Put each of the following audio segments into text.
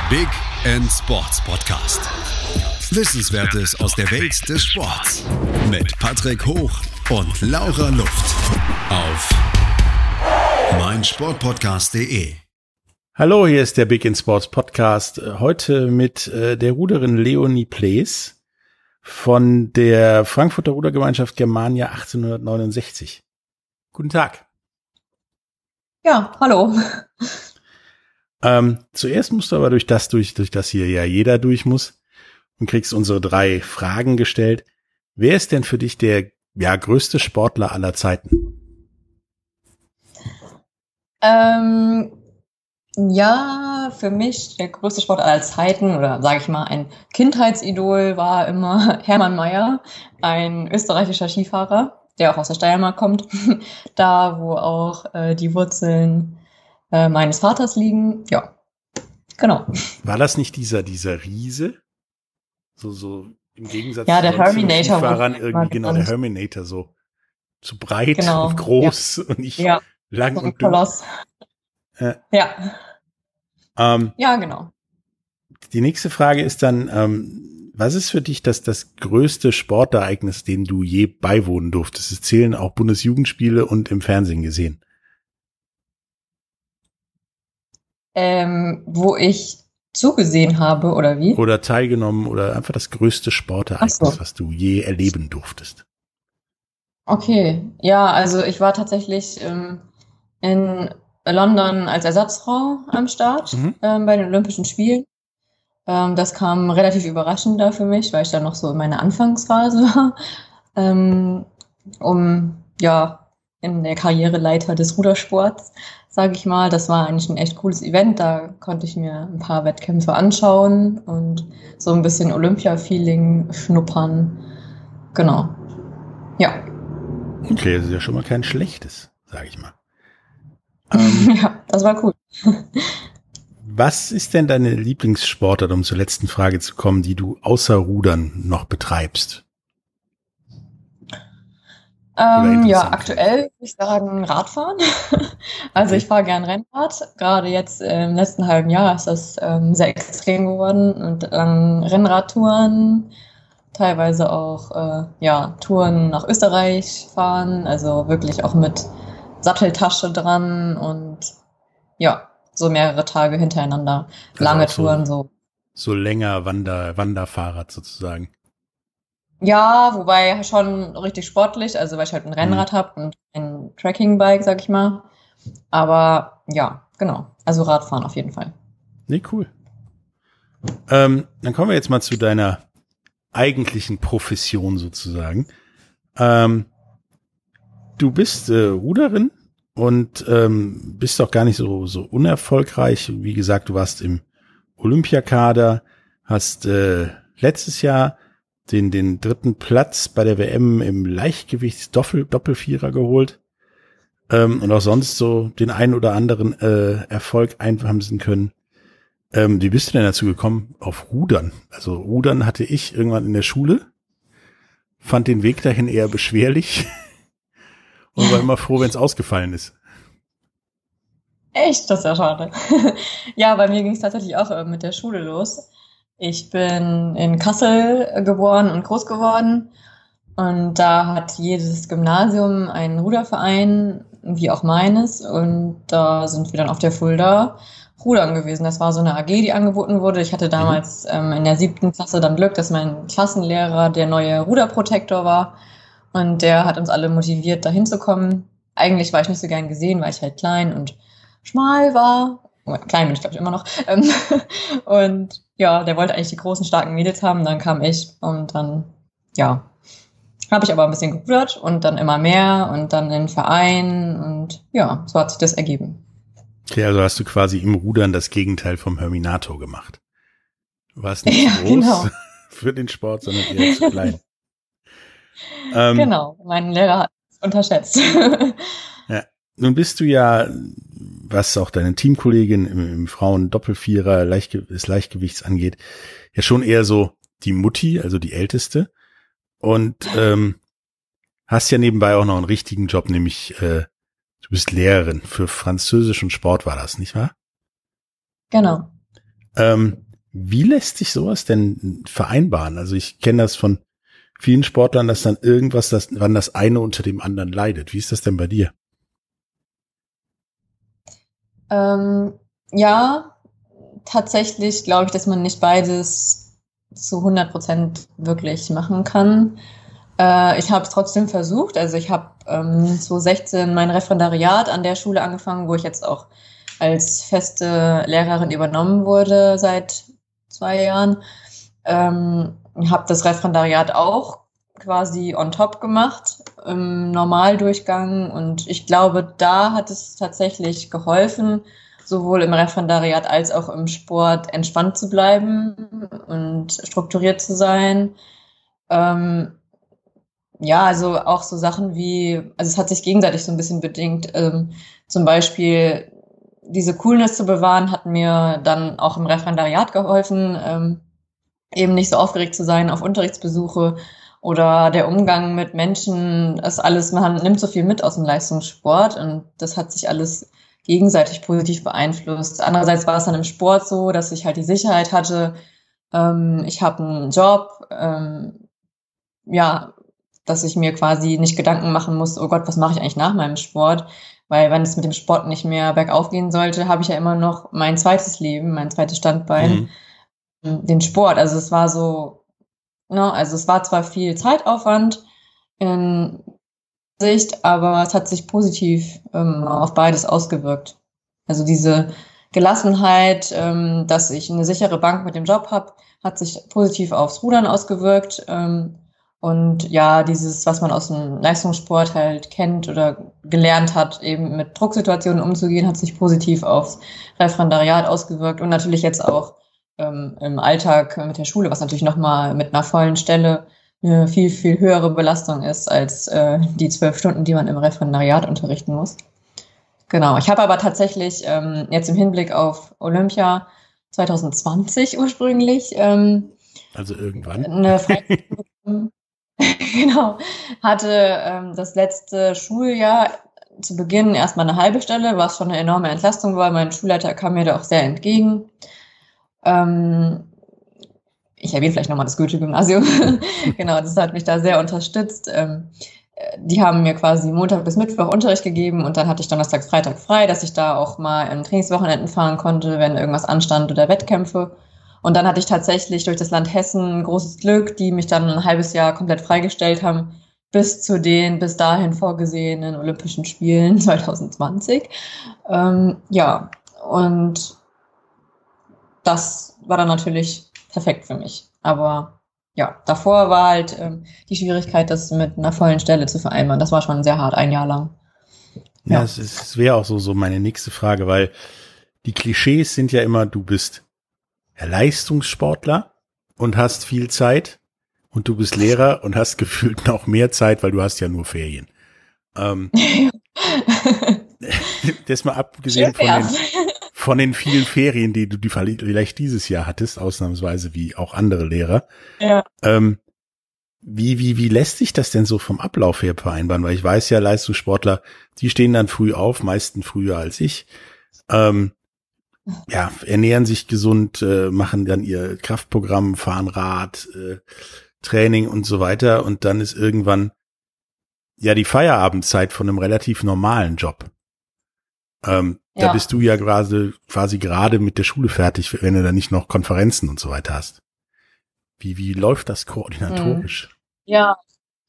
Big End Sports Podcast. Wissenswertes aus der Welt des Sports. Mit Patrick Hoch und Laura Luft. Auf meinsportpodcast.de. Hallo, hier ist der Big End Sports Podcast. Heute mit der Ruderin Leonie Plees von der Frankfurter Rudergemeinschaft Germania 1869. Guten Tag. Ja, hallo. Zuerst musst du aber durch das hier ja jeder durch muss und kriegst unsere 3 Fragen gestellt. Wer ist denn für dich der größte Sportler aller Zeiten? Für mich der größte Sportler aller Zeiten oder sage ich mal ein Kindheitsidol war immer Hermann Maier, ein österreichischer Skifahrer, der auch aus der Steiermark kommt, da wo auch die Wurzeln meines Vaters liegen. Ja, genau. War das nicht dieser Riese? So im Gegensatz der zu Herminator Skifahrern irgendwie, genau, der Herminator, so zu breit und groß und nicht lang so und dünn. Koloss. Ja, genau. Die nächste Frage ist dann, was ist für dich das größte Sportereignis, dem du je beiwohnen durftest? Es zählen auch Bundesjugendspiele und im Fernsehen gesehen. Wo ich zugesehen habe, oder wie? Oder teilgenommen oder einfach das größte Sportereignis, was du je erleben durftest. Okay, ja, also ich war tatsächlich in London als Ersatzfrau am Start bei den Olympischen Spielen. Das kam relativ überraschend da für mich, weil ich dann noch so in meiner Anfangsphase war, in der Karriereleiter des Rudersports, sage ich mal. Das war eigentlich ein echt cooles Event. Da konnte ich mir ein paar Wettkämpfe anschauen und so ein bisschen Olympia-Feeling schnuppern. Genau. Ja. Okay, das ist ja schon mal kein schlechtes, sage ich mal. Ja, das war cool. Was ist denn deine Lieblingssportart, um zur letzten Frage zu kommen, die du außer Rudern noch betreibst? Aktuell würde ich sagen Radfahren. Also ich fahre gern Rennrad. Gerade jetzt im letzten halben Jahr ist das sehr extrem geworden und Rennradtouren, teilweise auch Touren nach Österreich fahren, also wirklich auch mit Satteltasche dran und so mehrere Tage hintereinander, also lange Touren so. So länger Wanderfahrrad sozusagen. Ja, wobei schon richtig sportlich, also weil ich halt ein Rennrad habe und ein Trekkingbike, sag ich mal. Aber ja, genau. Also Radfahren auf jeden Fall. Nee, cool. Dann kommen wir jetzt mal zu deiner eigentlichen Profession sozusagen. Du bist Ruderin und bist auch gar nicht so unerfolgreich. Wie gesagt, du warst im Olympiakader, hast letztes Jahr den 3. Platz bei der WM im Leichtgewichts-Doppelvierer geholt und auch sonst so den einen oder anderen Erfolg einheimsen können. Wie bist du denn dazu gekommen auf Rudern? Also Rudern hatte ich irgendwann in der Schule, fand den Weg dahin eher beschwerlich und war immer froh, wenn es ausgefallen ist. Echt? Das ist ja schade. Ja, bei mir ging es tatsächlich auch mit der Schule los. Ich bin in Kassel geboren und groß geworden und da hat jedes Gymnasium einen Ruderverein, wie auch meines, und da sind wir dann auf der Fulda rudern gewesen. Das war so eine AG, die angeboten wurde. Ich hatte damals in der 7. Klasse dann Glück, dass mein Klassenlehrer der neue Ruderprotektor war und der hat uns alle motiviert, da hinzukommen. Eigentlich war ich nicht so gern gesehen, weil ich halt klein und schmal war. Klein bin ich, glaube ich, immer noch. Und ja, der wollte eigentlich die großen, starken Mädels haben. Dann kam ich und dann, habe ich aber ein bisschen gerudert und dann immer mehr und dann in den Verein und ja, so hat sich das ergeben. Okay, also hast du quasi im Rudern das Gegenteil vom Herminator gemacht. Du warst nicht groß für den Sport, sondern eher zu klein. Genau, mein Lehrer hat es unterschätzt. Ja, nun bist du ja, was auch deine Teamkollegin im Frauen-Doppelvierer des Leichtgewichts angeht, ja schon eher so die Mutti, also die Älteste. Und hast ja nebenbei auch noch einen richtigen Job, nämlich du bist Lehrerin für Französisch und Sport, war das, nicht wahr? Genau. Wie lässt sich sowas denn vereinbaren? Also ich kenne das von vielen Sportlern, dass dann wann das eine unter dem anderen leidet. Wie ist das denn bei dir? Ja, tatsächlich glaube ich, dass man nicht beides zu 100% wirklich machen kann. Ich habe es trotzdem versucht. Also ich habe 2016 mein Referendariat an der Schule angefangen, wo ich jetzt auch als feste Lehrerin übernommen wurde seit 2 Jahren. Habe das Referendariat auch quasi on top gemacht im Normaldurchgang und ich glaube, da hat es tatsächlich geholfen, sowohl im Referendariat als auch im Sport entspannt zu bleiben und strukturiert zu sein. Ja, also auch so Sachen wie, also es hat sich gegenseitig so ein bisschen bedingt. Zum Beispiel diese Coolness zu bewahren, hat mir dann auch im Referendariat geholfen, eben nicht so aufgeregt zu sein auf Unterrichtsbesuche oder der Umgang mit Menschen, das alles, man nimmt so viel mit aus dem Leistungssport und das hat sich alles gegenseitig positiv beeinflusst. Andererseits war es dann im Sport so, dass ich halt die Sicherheit hatte, ich habe einen Job, ja, dass ich mir quasi nicht Gedanken machen muss, oh Gott, was mache ich eigentlich nach meinem Sport? Weil wenn es mit dem Sport nicht mehr bergauf gehen sollte, habe ich ja immer noch mein zweites Leben, mein zweites Standbein, den Sport. Also es war so, ne, also es war zwar viel Zeitaufwand in Sicht, aber es hat sich positiv auf beides ausgewirkt. Also diese Gelassenheit, dass ich eine sichere Bank mit dem Job habe, hat sich positiv aufs Rudern ausgewirkt. Und ja, dieses, was man aus dem Leistungssport halt kennt oder gelernt hat, eben mit Drucksituationen umzugehen, hat sich positiv aufs Referendariat ausgewirkt und natürlich jetzt auch im Alltag mit der Schule, was natürlich nochmal mit einer vollen Stelle eine viel, viel höhere Belastung ist als die 12 Stunden, die man im Referendariat unterrichten muss. Genau, ich habe aber tatsächlich jetzt im Hinblick auf Olympia 2020 ursprünglich also irgendwann eine genau, hatte das letzte Schuljahr zu Beginn erstmal eine halbe Stelle, was schon eine enorme Entlastung war. Mein Schulleiter kam mir da auch sehr entgegen. Ich erwähne vielleicht nochmal das Goethe-Gymnasium. Genau, das hat mich da sehr unterstützt. Die haben mir quasi Montag bis Mittwoch Unterricht gegeben und dann hatte ich Donnerstag, Freitag frei, dass ich da auch mal in Trainingswochenenden fahren konnte, wenn irgendwas anstand oder Wettkämpfe. Und dann hatte ich tatsächlich durch das Land Hessen großes Glück, die mich dann ein halbes Jahr komplett freigestellt haben, bis zu den bis dahin vorgesehenen Olympischen Spielen 2020. Ja, und das war dann natürlich perfekt für mich. Aber ja, davor war halt die Schwierigkeit, das mit einer vollen Stelle zu vereinbaren. Das war schon sehr hart, 1 Jahr lang. Ja, es wäre auch so meine nächste Frage, weil die Klischees sind ja immer, du bist Leistungssportler und hast viel Zeit und du bist Lehrer und hast gefühlt noch mehr Zeit, weil du hast ja nur Ferien. Das mal abgesehen von den vielen Ferien, die du vielleicht dieses Jahr hattest, ausnahmsweise wie auch andere Lehrer. Ja. Wie lässt sich das denn so vom Ablauf her vereinbaren? Weil ich weiß ja, Leistungssportler, die stehen dann früh auf, meistens früher als ich. Ja, ernähren sich gesund, machen dann ihr Kraftprogramm, fahren Rad, Training und so weiter. Und dann ist irgendwann ja die Feierabendzeit von einem relativ normalen Job. Da bist du ja quasi gerade mit der Schule fertig, wenn du dann nicht noch Konferenzen und so weiter hast. Wie läuft das koordinatorisch? Ja,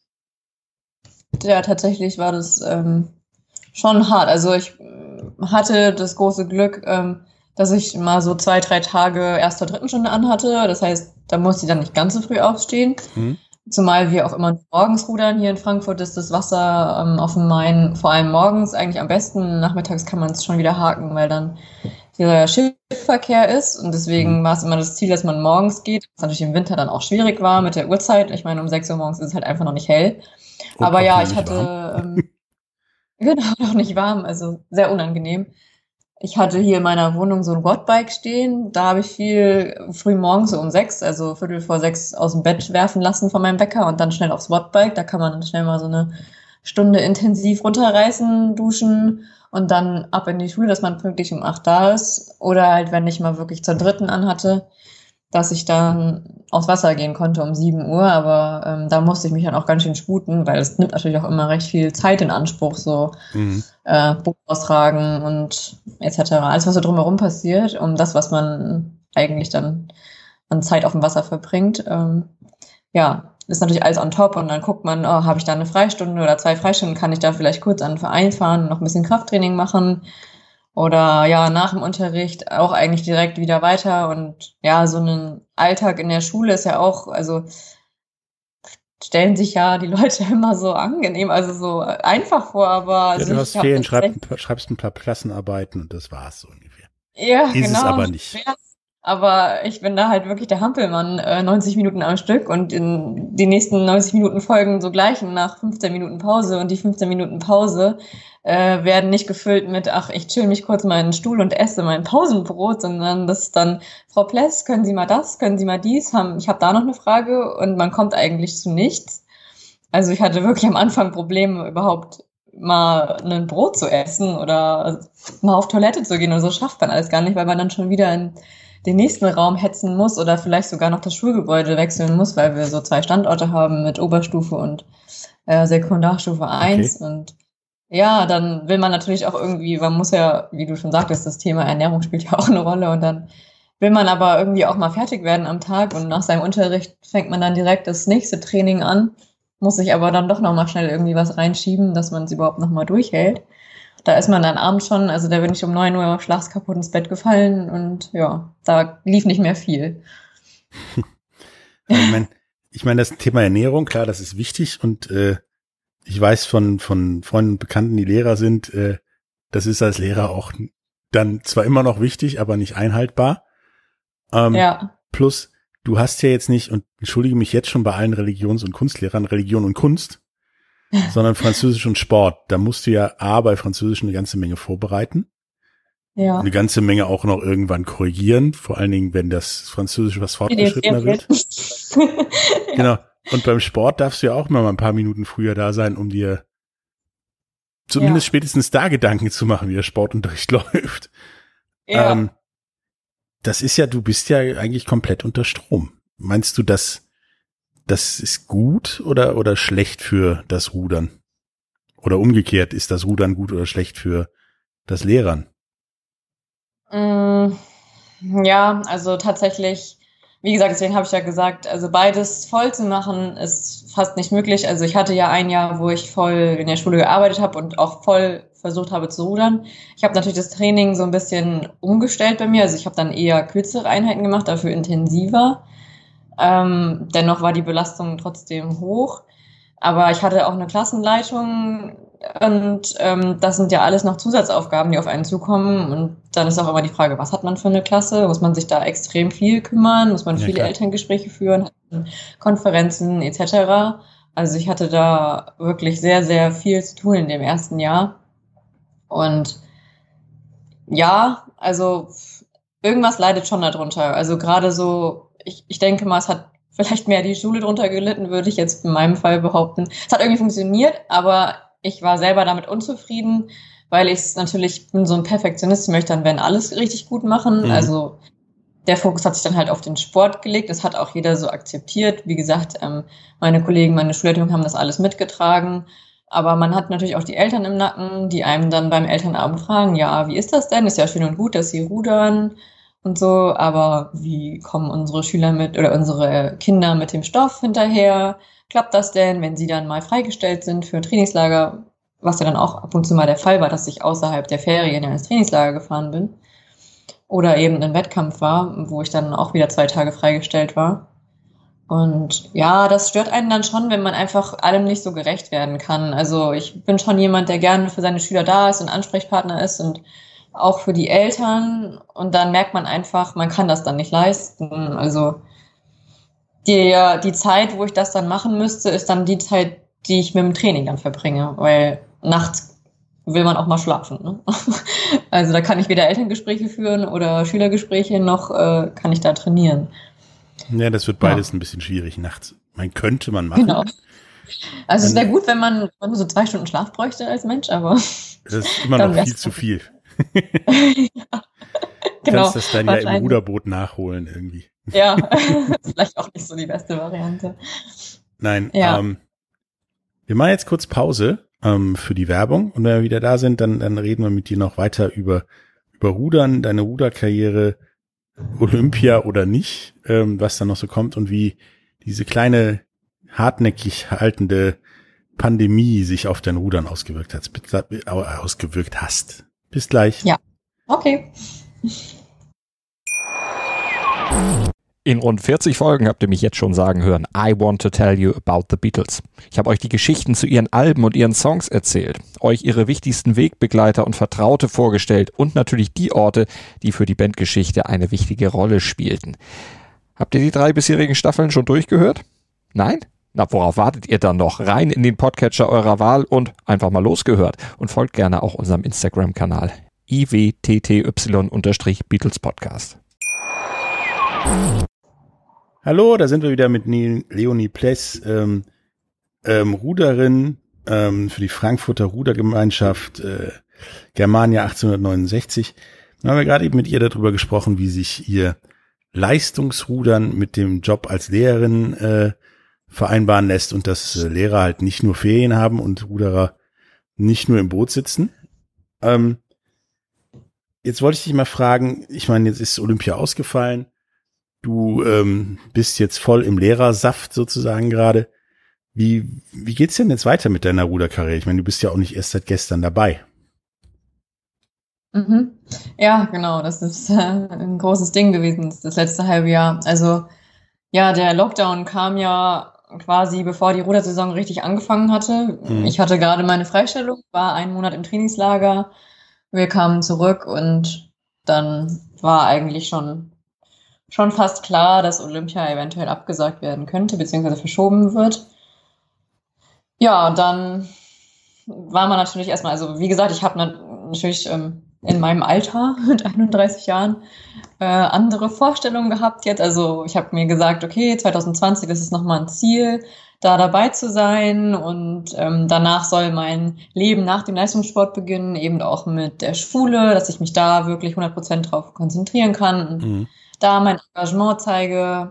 tatsächlich war das schon hart. Also ich hatte das große Glück, dass ich mal so 2, 3 Tage erster, dritten Stunde anhatte. Das heißt, da musste ich dann nicht ganz so früh aufstehen. Zumal wir auch immer morgens rudern. Hier in Frankfurt ist das Wasser auf dem Main vor allem morgens eigentlich am besten. Nachmittags kann man es schon wieder haken, weil dann der Schiffverkehr ist. Und deswegen war es immer das Ziel, dass man morgens geht. Was natürlich im Winter dann auch schwierig war mit der Uhrzeit. Ich meine, um 6 Uhr morgens ist es halt einfach noch nicht hell. Und aber ja, ich hatte genau, noch nicht warm, also sehr unangenehm. Ich hatte hier in meiner Wohnung so ein Wattbike stehen. Da habe ich viel früh morgens so um 6, also 5:45 aus dem Bett werfen lassen von meinem Wecker und dann schnell aufs Wattbike. Da kann man schnell mal so eine Stunde intensiv runterreißen, duschen und dann ab in die Schule, dass man pünktlich um 8 da ist. Oder halt, wenn ich mal wirklich zur 3. anhatte, dass ich dann aufs Wasser gehen konnte um 7 Uhr. Aber da musste ich mich dann auch ganz schön sputen, weil es nimmt natürlich auch immer recht viel Zeit in Anspruch, so Boot austragen und etc. Alles, was so drumherum passiert, um das, was man eigentlich dann an Zeit auf dem Wasser verbringt. Ist natürlich alles on top und dann guckt man, habe ich da eine Freistunde oder 2 Freistunden, kann ich da vielleicht kurz an den Verein fahren, noch ein bisschen Krafttraining machen oder ja, nach dem Unterricht auch eigentlich direkt wieder weiter und ja, so ein Alltag in der Schule ist ja auch, also stellen sich ja die Leute immer so angenehm, also so einfach vor, aber... Ja, du hast Ferien, schreibst ein paar Klassenarbeiten und das war's so ungefähr. Ja, ist genau. Es aber nicht. Aber ich bin da halt wirklich der Hampelmann, 90 Minuten am Stück und in die nächsten 90 Minuten folgen so gleich nach 15 Minuten Pause und die 15 Minuten Pause werden nicht gefüllt mit, ich chill mich kurz mal in den Stuhl und esse mein Pausenbrot, sondern das ist dann, Frau Pless, können Sie mal das, können Sie mal dies, ich habe da noch eine Frage und man kommt eigentlich zu nichts. Also ich hatte wirklich am Anfang Probleme, überhaupt mal ein Brot zu essen oder mal auf Toilette zu gehen und so schafft man alles gar nicht, weil man dann schon wieder in den nächsten Raum hetzen muss oder vielleicht sogar noch das Schulgebäude wechseln muss, weil wir so 2 Standorte haben mit Oberstufe und Sekundarstufe 1. Okay. Und ja, dann will man natürlich auch irgendwie, man muss ja, wie du schon sagtest, das Thema Ernährung spielt ja auch eine Rolle und dann will man aber irgendwie auch mal fertig werden am Tag und nach seinem Unterricht fängt man dann direkt das nächste Training an, muss sich aber dann doch nochmal schnell irgendwie was reinschieben, dass man es überhaupt nochmal durchhält. Da ist man dann abends schon, also da bin ich um 9 Uhr schlafskaputt ins Bett gefallen und ja, da lief nicht mehr viel. Ich meine, das Thema Ernährung, klar, das ist wichtig und ich weiß von Freunden und Bekannten, die Lehrer sind, das ist als Lehrer auch dann zwar immer noch wichtig, aber nicht einhaltbar. Plus, du hast ja jetzt nicht, und entschuldige mich jetzt schon bei allen Religions- und Kunstlehrern, Religion und Kunst, sondern Französisch und Sport. Da musst du ja bei Französisch eine ganze Menge vorbereiten. Ja. Eine ganze Menge auch noch irgendwann korrigieren, vor allen Dingen, wenn das Französisch was fortgeschrittener wird. Ja. Genau. Und beim Sport darfst du ja auch mal ein paar Minuten früher da sein, um dir zumindest spätestens da Gedanken zu machen, wie der Sportunterricht läuft. Ja. Das ist ja, du bist ja eigentlich komplett unter Strom. Meinst du, das ist gut oder schlecht für das Rudern? Oder umgekehrt, ist das Rudern gut oder schlecht für das Lehrern? Ja, also tatsächlich, wie gesagt, deswegen habe ich ja gesagt, also beides voll zu machen ist fast nicht möglich. Also ich hatte ja ein Jahr, wo ich voll in der Schule gearbeitet habe und auch voll versucht habe zu rudern. Ich habe natürlich das Training so ein bisschen umgestellt bei mir. Also ich habe dann eher kürzere Einheiten gemacht, dafür intensiver. Dennoch war die Belastung trotzdem hoch. Aber ich hatte auch eine Klassenleitung und das sind ja alles noch Zusatzaufgaben, die auf einen zukommen. Und dann ist auch immer die Frage, was hat man für eine Klasse? Muss man sich da extrem viel kümmern? Muss man viele Elterngespräche führen? Konferenzen etc.? Also ich hatte da wirklich sehr, sehr viel zu tun in dem ersten Jahr. Und ja, also irgendwas leidet schon darunter. Also gerade so, ich denke mal, es hat vielleicht mehr die Schule drunter gelitten, würde ich jetzt in meinem Fall behaupten. Es hat irgendwie funktioniert, aber ich war selber damit unzufrieden, weil ich bin so ein Perfektionist, ich möchte dann, wenn alles richtig gut machen. Mhm. Also der Fokus hat sich dann halt auf den Sport gelegt. Das hat auch jeder so akzeptiert. Wie gesagt, meine Kollegen, meine Schulleitung haben das alles mitgetragen. Aber man hat natürlich auch die Eltern im Nacken, die einem dann beim Elternabend fragen, ja, wie ist das denn? Ist ja schön und gut, dass sie rudern und so, aber wie kommen unsere Schüler oder unsere Kinder mit dem Stoff hinterher? Klappt das denn, wenn sie dann mal freigestellt sind für ein Trainingslager, was ja dann auch ab und zu mal der Fall war, dass ich außerhalb der Ferien in das Trainingslager gefahren bin oder eben ein Wettkampf war, wo ich dann auch wieder 2 Tage freigestellt war. Und ja, das stört einen dann schon, wenn man einfach allem nicht so gerecht werden kann. Also ich bin schon jemand, der gerne für seine Schüler da ist und Ansprechpartner ist und auch für die Eltern. Und dann merkt man einfach, man kann das dann nicht leisten. Also die Zeit, wo ich das dann machen müsste, ist dann die Zeit, die ich mit dem Training dann verbringe. Weil nachts will man auch mal schlafen. Ne? Also da kann ich weder Elterngespräche führen oder Schülergespräche, noch kann ich da trainieren. Ja, das wird beides ein bisschen schwierig nachts. Könnte man machen. Genau. Also es wäre gut, wenn man so 2 Stunden Schlaf bräuchte als Mensch, aber das ist immer noch viel zu viel. Ja, Du genau. kannst das dann ja im Ruderboot nachholen irgendwie. Ja, vielleicht auch nicht so die beste Variante. Nein, Ja. wir machen jetzt kurz Pause für die Werbung und wenn wir wieder da sind, dann reden wir mit dir noch weiter über Rudern, deine Ruderkarriere, Olympia oder nicht, was da noch so kommt und wie diese kleine, hartnäckig haltende Pandemie sich auf dein Rudern ausgewirkt hast. Bis gleich. Ja. Okay. In rund 40 Folgen habt ihr mich jetzt schon sagen hören, I want to tell you about the Beatles. Ich habe euch die Geschichten zu ihren Alben und ihren Songs erzählt, euch ihre wichtigsten Wegbegleiter und Vertraute vorgestellt und natürlich die Orte, die für die Bandgeschichte eine wichtige Rolle spielten. Habt ihr die 3 bisherigen Staffeln schon durchgehört? Nein? Na, worauf wartet ihr dann noch? Rein in den Podcatcher eurer Wahl und einfach mal losgehört. Und folgt gerne auch unserem Instagram-Kanal iwtty_Beatles Podcast. Hallo, da sind wir wieder mit Leonie Pless, Ruderin für die Frankfurter Rudergemeinschaft Germania 1869. Da haben wir gerade eben mit ihr darüber gesprochen, wie sich ihr Leistungsrudern mit dem Job als Lehrerin vereinbaren lässt und dass Lehrer halt nicht nur Ferien haben und Ruderer nicht nur im Boot sitzen. Jetzt wollte ich dich mal fragen, ich meine, jetzt ist Olympia ausgefallen. Du bist jetzt voll im Lehrersaft sozusagen gerade. Wie geht's denn jetzt weiter mit deiner Ruderkarriere? Ich meine, du bist ja auch nicht erst seit gestern dabei. Mhm. Ja, genau. Das ist ein großes Ding gewesen, das letzte halbe Jahr. Also ja, der Lockdown kam ja quasi bevor die Rudersaison richtig angefangen hatte. Ich hatte gerade meine Freistellung, war 1 Monat im Trainingslager. Wir kamen zurück und dann war eigentlich schon fast klar, dass Olympia eventuell abgesagt werden könnte, beziehungsweise verschoben wird. Ja, dann war man natürlich erstmal, also wie gesagt, ich habe natürlich in meinem Alter mit 31 Jahren andere Vorstellungen gehabt jetzt. Also ich habe mir gesagt, okay, 2020, das ist nochmal ein Ziel, da dabei zu sein und danach soll mein Leben nach dem Leistungssport beginnen, eben auch mit der Schule, dass ich mich da wirklich 100% drauf konzentrieren kann und da mein Engagement zeige,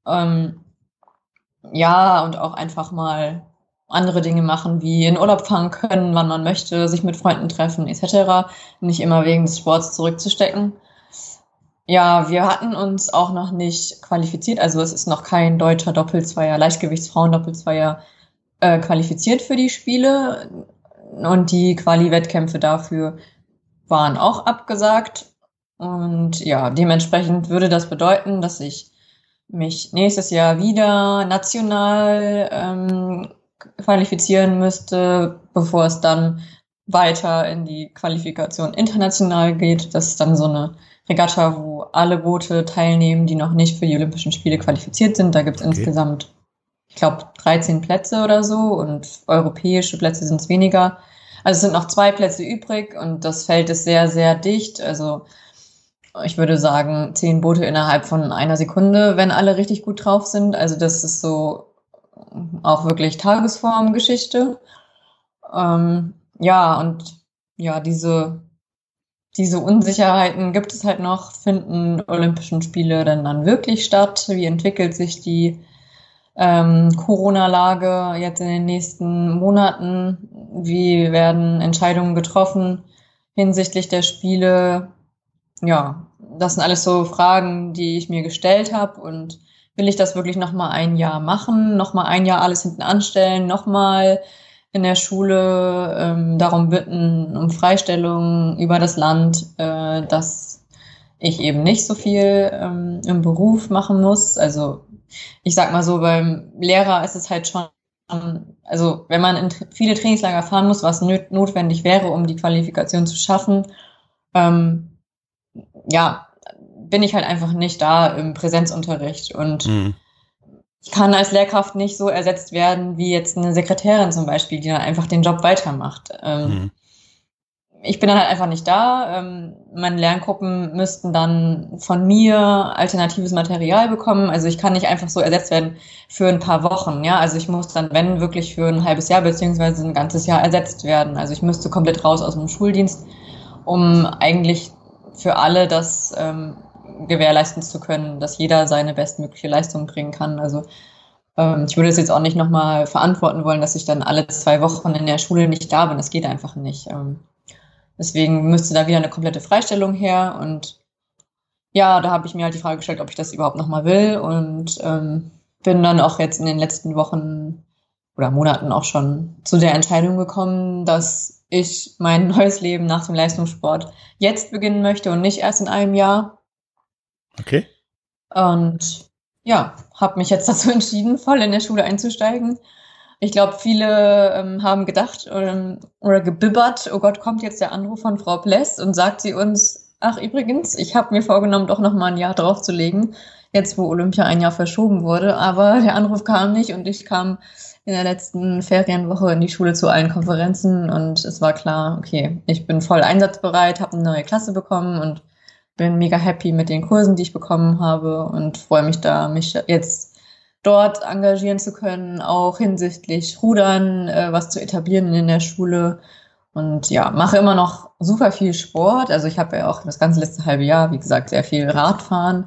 ja, und auch einfach mal andere Dinge machen, wie in Urlaub fahren können, wann man möchte, sich mit Freunden treffen, etc. Nicht immer wegen des Sports zurückzustecken. Ja, wir hatten uns auch noch nicht qualifiziert, also es ist noch kein deutscher Doppelzweier, Leichtgewichtsfrauen-Doppelzweier qualifiziert für die Spiele und die Quali-Wettkämpfe dafür waren auch abgesagt. Und ja, dementsprechend würde das bedeuten, dass ich mich nächstes Jahr wieder national qualifizieren müsste, bevor es dann weiter in die Qualifikation international geht. Das ist dann so eine Regatta, wo alle Boote teilnehmen, die noch nicht für die Olympischen Spiele qualifiziert sind. Da gibt es insgesamt, ich glaube, 13 Plätze oder so und europäische Plätze sind es weniger. Also es sind noch 2 Plätze übrig und das Feld ist sehr, sehr dicht. Also ich würde sagen 10 Boote innerhalb von 1 Sekunde, wenn alle richtig gut drauf sind. Also das ist so auch wirklich Tagesform-Geschichte. Ja, und ja, diese Unsicherheiten gibt es halt noch. Finden Olympischen Spiele denn dann wirklich statt? Wie entwickelt sich die Corona-Lage jetzt in den nächsten Monaten? Wie werden Entscheidungen getroffen hinsichtlich der Spiele? Ja, das sind alles so Fragen, die ich mir gestellt habe. Und will ich das wirklich nochmal 1 Jahr machen? Nochmal 1 Jahr alles hinten anstellen? Nochmal in der Schule darum bitten, um Freistellung über das Land, dass ich eben nicht so viel im Beruf machen muss. Also ich sag mal so, beim Lehrer ist es halt schon, also wenn man in viele Trainingslager fahren muss, was notwendig wäre, um die Qualifikation zu schaffen, ja, bin ich halt einfach nicht da im Präsenzunterricht und ich kann als Lehrkraft nicht so ersetzt werden wie jetzt eine Sekretärin zum Beispiel, die dann einfach den Job weitermacht. ich bin dann halt einfach nicht da. Meine Lerngruppen müssten dann von mir alternatives Material bekommen. Also ich kann nicht einfach so ersetzt werden für ein paar Wochen. Ja, also ich muss dann, wenn wirklich für ein halbes Jahr beziehungsweise ein ganzes Jahr ersetzt werden. Also ich müsste komplett raus aus dem Schuldienst, um eigentlich für alle das gewährleisten zu können, dass jeder seine bestmögliche Leistung bringen kann. Also ich würde es jetzt auch nicht nochmal verantworten wollen, dass ich dann alle 2 Wochen in der Schule nicht da bin. Das geht einfach nicht. Deswegen müsste da wieder eine komplette Freistellung her. Und ja, da habe ich mir halt die Frage gestellt, ob ich das überhaupt nochmal will. Und bin dann auch jetzt in den letzten Wochen oder Monaten auch schon zu der Entscheidung gekommen, dass ich mein neues Leben nach dem Leistungssport jetzt beginnen möchte und nicht erst in einem Jahr. Okay. Und ja, habe mich jetzt dazu entschieden, voll in der Schule einzusteigen. Ich glaube, viele haben gedacht oder gebibbert, oh Gott, kommt jetzt der Anruf von Frau Pless und sagt sie uns, ach übrigens, ich habe mir vorgenommen, doch noch mal ein Jahr draufzulegen, jetzt wo Olympia ein Jahr verschoben wurde. Aber der Anruf kam nicht und ich kam in der letzten Ferienwoche in die Schule zu allen Konferenzen und es war klar, okay, ich bin voll einsatzbereit, habe eine neue Klasse bekommen und bin mega happy mit den Kursen, die ich bekommen habe und freue mich da, mich jetzt dort engagieren zu können, auch hinsichtlich Rudern, was zu etablieren in der Schule. Und ja, mache immer noch super viel Sport. Also ich habe ja auch das ganze letzte halbe Jahr, wie gesagt, sehr viel Radfahren.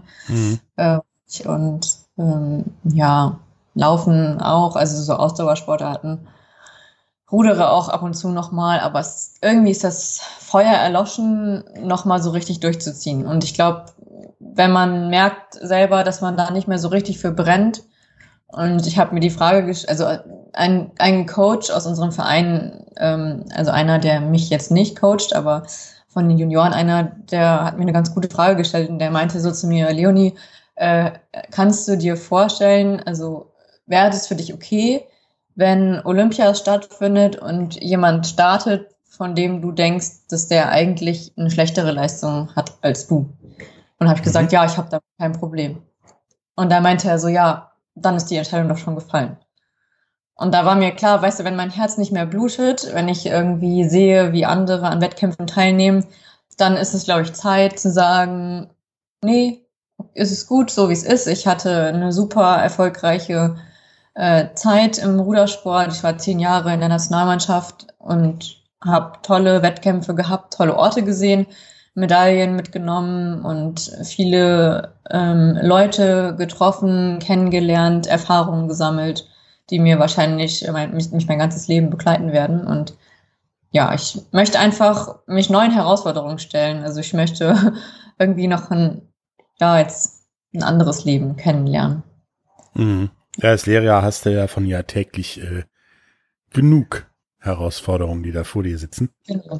Und ja, Laufen auch, also so Ausdauersportarten. Rudere auch ab und zu nochmal, aber irgendwie ist das Feuer erloschen, nochmal so richtig durchzuziehen. Und ich glaube, wenn man merkt selber, dass man da nicht mehr so richtig für brennt, und ich habe mir die Frage gestellt, also ein Coach aus unserem Verein, also einer, der mich jetzt nicht coacht, aber von den Junioren einer, der hat mir eine ganz gute Frage gestellt und der meinte so zu mir, Leonie, kannst du dir vorstellen, also wäre das für dich okay, wenn Olympia stattfindet und jemand startet, von dem du denkst, dass der eigentlich eine schlechtere Leistung hat als du? Und habe ich gesagt, ja, ich habe da kein Problem. Und da meinte er so, ja, dann ist die Entscheidung doch schon gefallen. Und da war mir klar, weißt du, wenn mein Herz nicht mehr blutet, wenn ich irgendwie sehe, wie andere an Wettkämpfen teilnehmen, dann ist es, glaube ich, Zeit zu sagen, nee, ist es gut, so wie es ist. Ich hatte eine super erfolgreiche Zeit im Rudersport. Ich war 10 Jahre in der Nationalmannschaft und habe tolle Wettkämpfe gehabt, tolle Orte gesehen, Medaillen mitgenommen und viele Leute getroffen, kennengelernt, Erfahrungen gesammelt, die mir wahrscheinlich mich mein ganzes Leben begleiten werden. Und ja, ich möchte einfach mich neuen Herausforderungen stellen. Also ich möchte irgendwie noch jetzt ein anderes Leben kennenlernen. Mhm. Ja, als Lehrer hast du ja von ja täglich genug Herausforderungen, die da vor dir sitzen. Genau.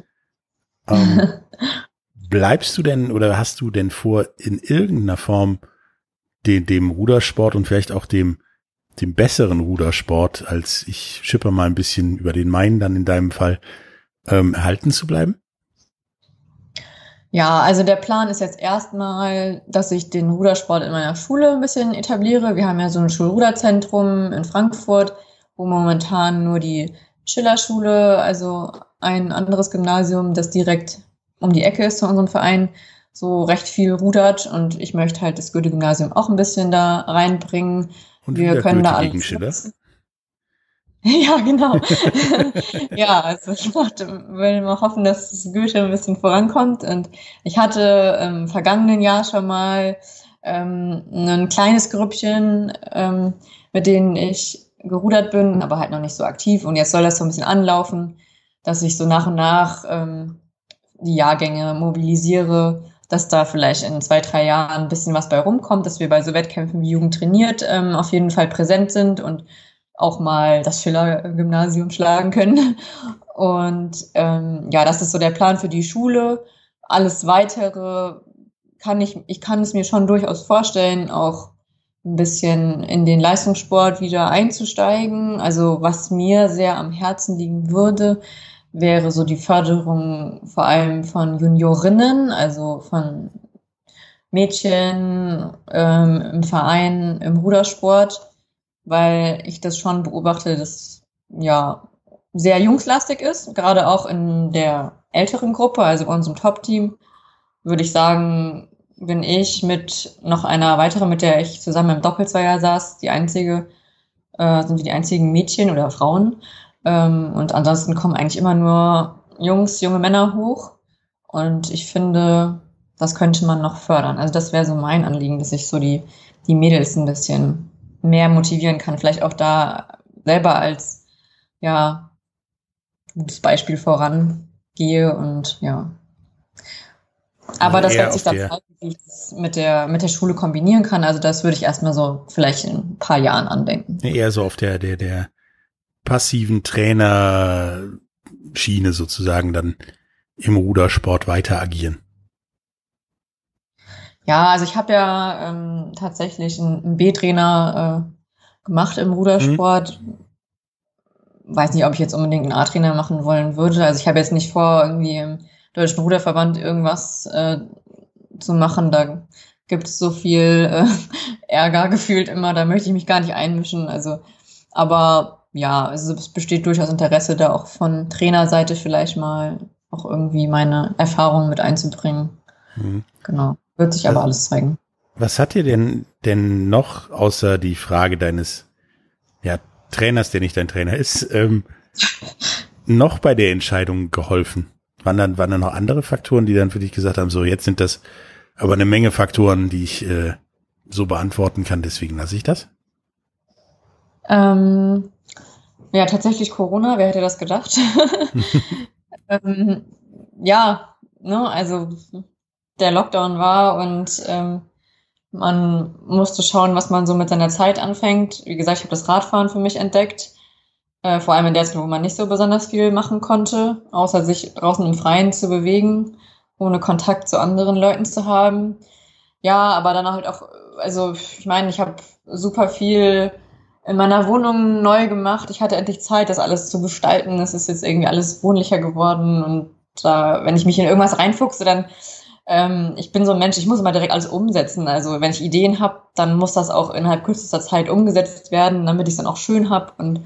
Bleibst du denn oder hast du denn vor, in irgendeiner Form dem Rudersport und vielleicht auch dem besseren Rudersport, als ich schippe mal ein bisschen über den meinen dann in deinem Fall, erhalten zu bleiben? Ja, also der Plan ist jetzt erstmal, dass ich den Rudersport in meiner Schule ein bisschen etabliere. Wir haben ja so ein Schulruderzentrum in Frankfurt, wo momentan nur die Schillerschule, also ein anderes Gymnasium, das direkt um die Ecke ist zu unserem Verein, so recht viel rudert. Und ich möchte halt das Goethe-Gymnasium auch ein bisschen da reinbringen. Und wir können Goethe da gegen Schiller? Ja, genau. Ja, also ich will mal hoffen, dass das Goethe ein bisschen vorankommt. Und ich hatte im vergangenen Jahr schon mal ein kleines Grüppchen, mit denen ich gerudert bin, aber halt noch nicht so aktiv. Und jetzt soll das so ein bisschen anlaufen, dass ich so nach und nach die Jahrgänge mobilisiere, dass da vielleicht in 2-3 Jahren ein bisschen was bei rumkommt, dass wir bei so Wettkämpfen wie Jugend trainiert auf jeden Fall präsent sind und auch mal das Schiller-Gymnasium schlagen können. Und das ist so der Plan für die Schule. Alles Weitere kann es mir schon durchaus vorstellen, auch ein bisschen in den Leistungssport wieder einzusteigen. Also was mir sehr am Herzen liegen würde, wäre so die Förderung vor allem von Juniorinnen, also von Mädchen im Verein, im Rudersport, weil ich das schon beobachte, dass ja sehr jungslastig ist, gerade auch in der älteren Gruppe, also bei unserem Top-Team, würde ich sagen, bin ich mit noch einer weiteren, mit der ich zusammen im Doppelzweier saß, sind wir die einzigen Mädchen oder Frauen. Und ansonsten kommen eigentlich immer nur junge Männer hoch. Und ich finde, das könnte man noch fördern. Also das wäre so mein Anliegen, dass ich so die Mädels ein bisschen mehr motivieren kann. Vielleicht auch da selber als, ja, gutes Beispiel vorangehe und ja. Aber das wird sich dann zeigen, wie ich das mit der Schule kombinieren kann. Also das würde ich erstmal so vielleicht in ein paar Jahren andenken. Eher so auf der passiven Trainerschiene sozusagen dann im Rudersport weiter agieren. Ja, also ich habe ja tatsächlich einen B-Trainer gemacht im Rudersport. Weiß nicht, ob ich jetzt unbedingt einen A-Trainer machen wollen würde. Also ich habe jetzt nicht vor, irgendwie im Deutschen Ruderverband irgendwas zu machen. Da gibt es so viel Ärger gefühlt immer. Da möchte ich mich gar nicht einmischen. Also, aber ja, also es besteht durchaus Interesse, da auch von Trainerseite vielleicht mal auch irgendwie meine Erfahrungen mit einzubringen. Genau. Wird sich aber alles zeigen. Was hat dir denn noch, außer die Frage deines Trainers, der nicht dein Trainer ist, noch bei der Entscheidung geholfen? Waren dann noch andere Faktoren, die dann für dich gesagt haben, so jetzt sind das aber eine Menge Faktoren, die ich so beantworten kann, deswegen lasse ich das? Ja, tatsächlich Corona, wer hätte das gedacht? Ja, ne, also der Lockdown war und man musste schauen, was man so mit seiner Zeit anfängt. Wie gesagt, ich habe das Radfahren für mich entdeckt. Vor allem in der Zeit, wo man nicht so besonders viel machen konnte, außer sich draußen im Freien zu bewegen, ohne Kontakt zu anderen Leuten zu haben. Ja, aber dann halt auch, also ich meine, ich habe super viel in meiner Wohnung neu gemacht. Ich hatte endlich Zeit, das alles zu gestalten. Es ist jetzt irgendwie alles wohnlicher geworden und wenn ich mich in irgendwas reinfuchse, dann ich bin so ein Mensch, ich muss immer direkt alles umsetzen. Also wenn ich Ideen habe, dann muss das auch innerhalb kürzester Zeit umgesetzt werden, damit ich es dann auch schön habe. Und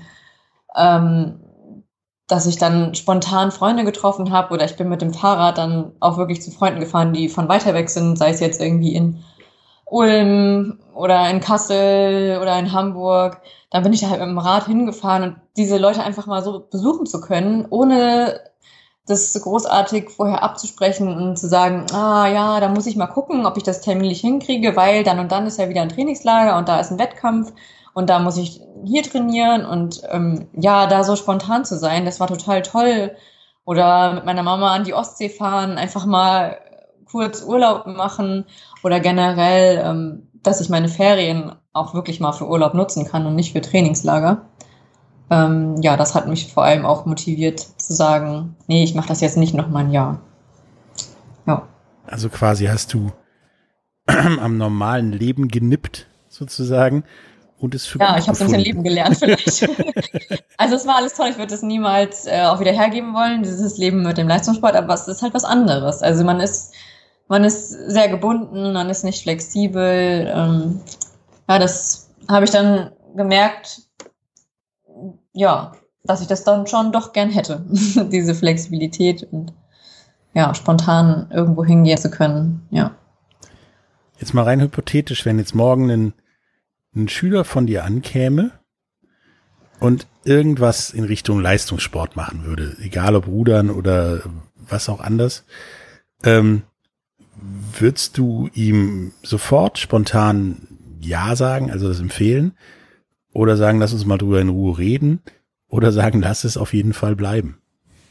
dass ich dann spontan Freunde getroffen habe oder ich bin mit dem Fahrrad dann auch wirklich zu Freunden gefahren, die von weiter weg sind, sei es jetzt irgendwie in Ulm oder in Kassel oder in Hamburg. Dann bin ich da halt mit dem Rad hingefahren und diese Leute einfach mal so besuchen zu können, ohne das großartig vorher abzusprechen und zu sagen, ja, da muss ich mal gucken, ob ich das terminlich hinkriege, weil dann und dann ist ja wieder ein Trainingslager und da ist ein Wettkampf und da muss ich hier trainieren und da so spontan zu sein, das war total toll. Oder mit meiner Mama an die Ostsee fahren, einfach mal kurz Urlaub machen oder generell, dass ich meine Ferien auch wirklich mal für Urlaub nutzen kann und nicht für Trainingslager. Das hat mich vor allem auch motiviert zu sagen, nee, ich mache das jetzt nicht noch mal ein Jahr. Ja. Also quasi hast du am normalen Leben genippt, sozusagen, und es für Ja, ich habe so ein bisschen Leben gelernt vielleicht. Also es war alles toll, ich würde es niemals auch wieder hergeben wollen, dieses Leben mit dem Leistungssport, aber es ist halt was anderes. Also man ist sehr gebunden, man ist nicht flexibel. Das habe ich dann gemerkt, dass ich das dann schon doch gern hätte, diese Flexibilität und spontan irgendwo hingehen zu können, ja. Jetzt mal rein hypothetisch, wenn jetzt morgen ein Schüler von dir ankäme und irgendwas in Richtung Leistungssport machen würde, egal ob Rudern oder was auch anders, würdest du ihm sofort spontan Ja sagen, also das empfehlen? Oder sagen, lass uns mal drüber in Ruhe reden? Oder sagen, lass es auf jeden Fall bleiben?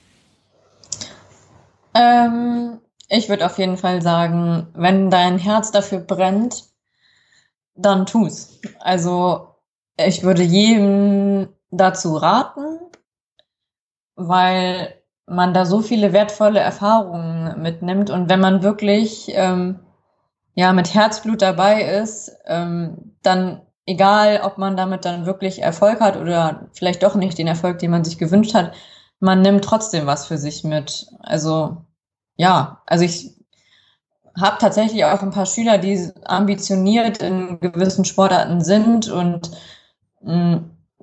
Ich würde auf jeden Fall sagen, wenn dein Herz dafür brennt, dann tu's. Also ich würde jedem dazu raten, weil man da so viele wertvolle Erfahrungen mitnimmt und wenn man wirklich mit Herzblut dabei ist, dann egal, ob man damit dann wirklich Erfolg hat oder vielleicht doch nicht den Erfolg, den man sich gewünscht hat, man nimmt trotzdem was für sich mit. Also ich habe tatsächlich auch ein paar Schüler, die ambitioniert in gewissen Sportarten sind und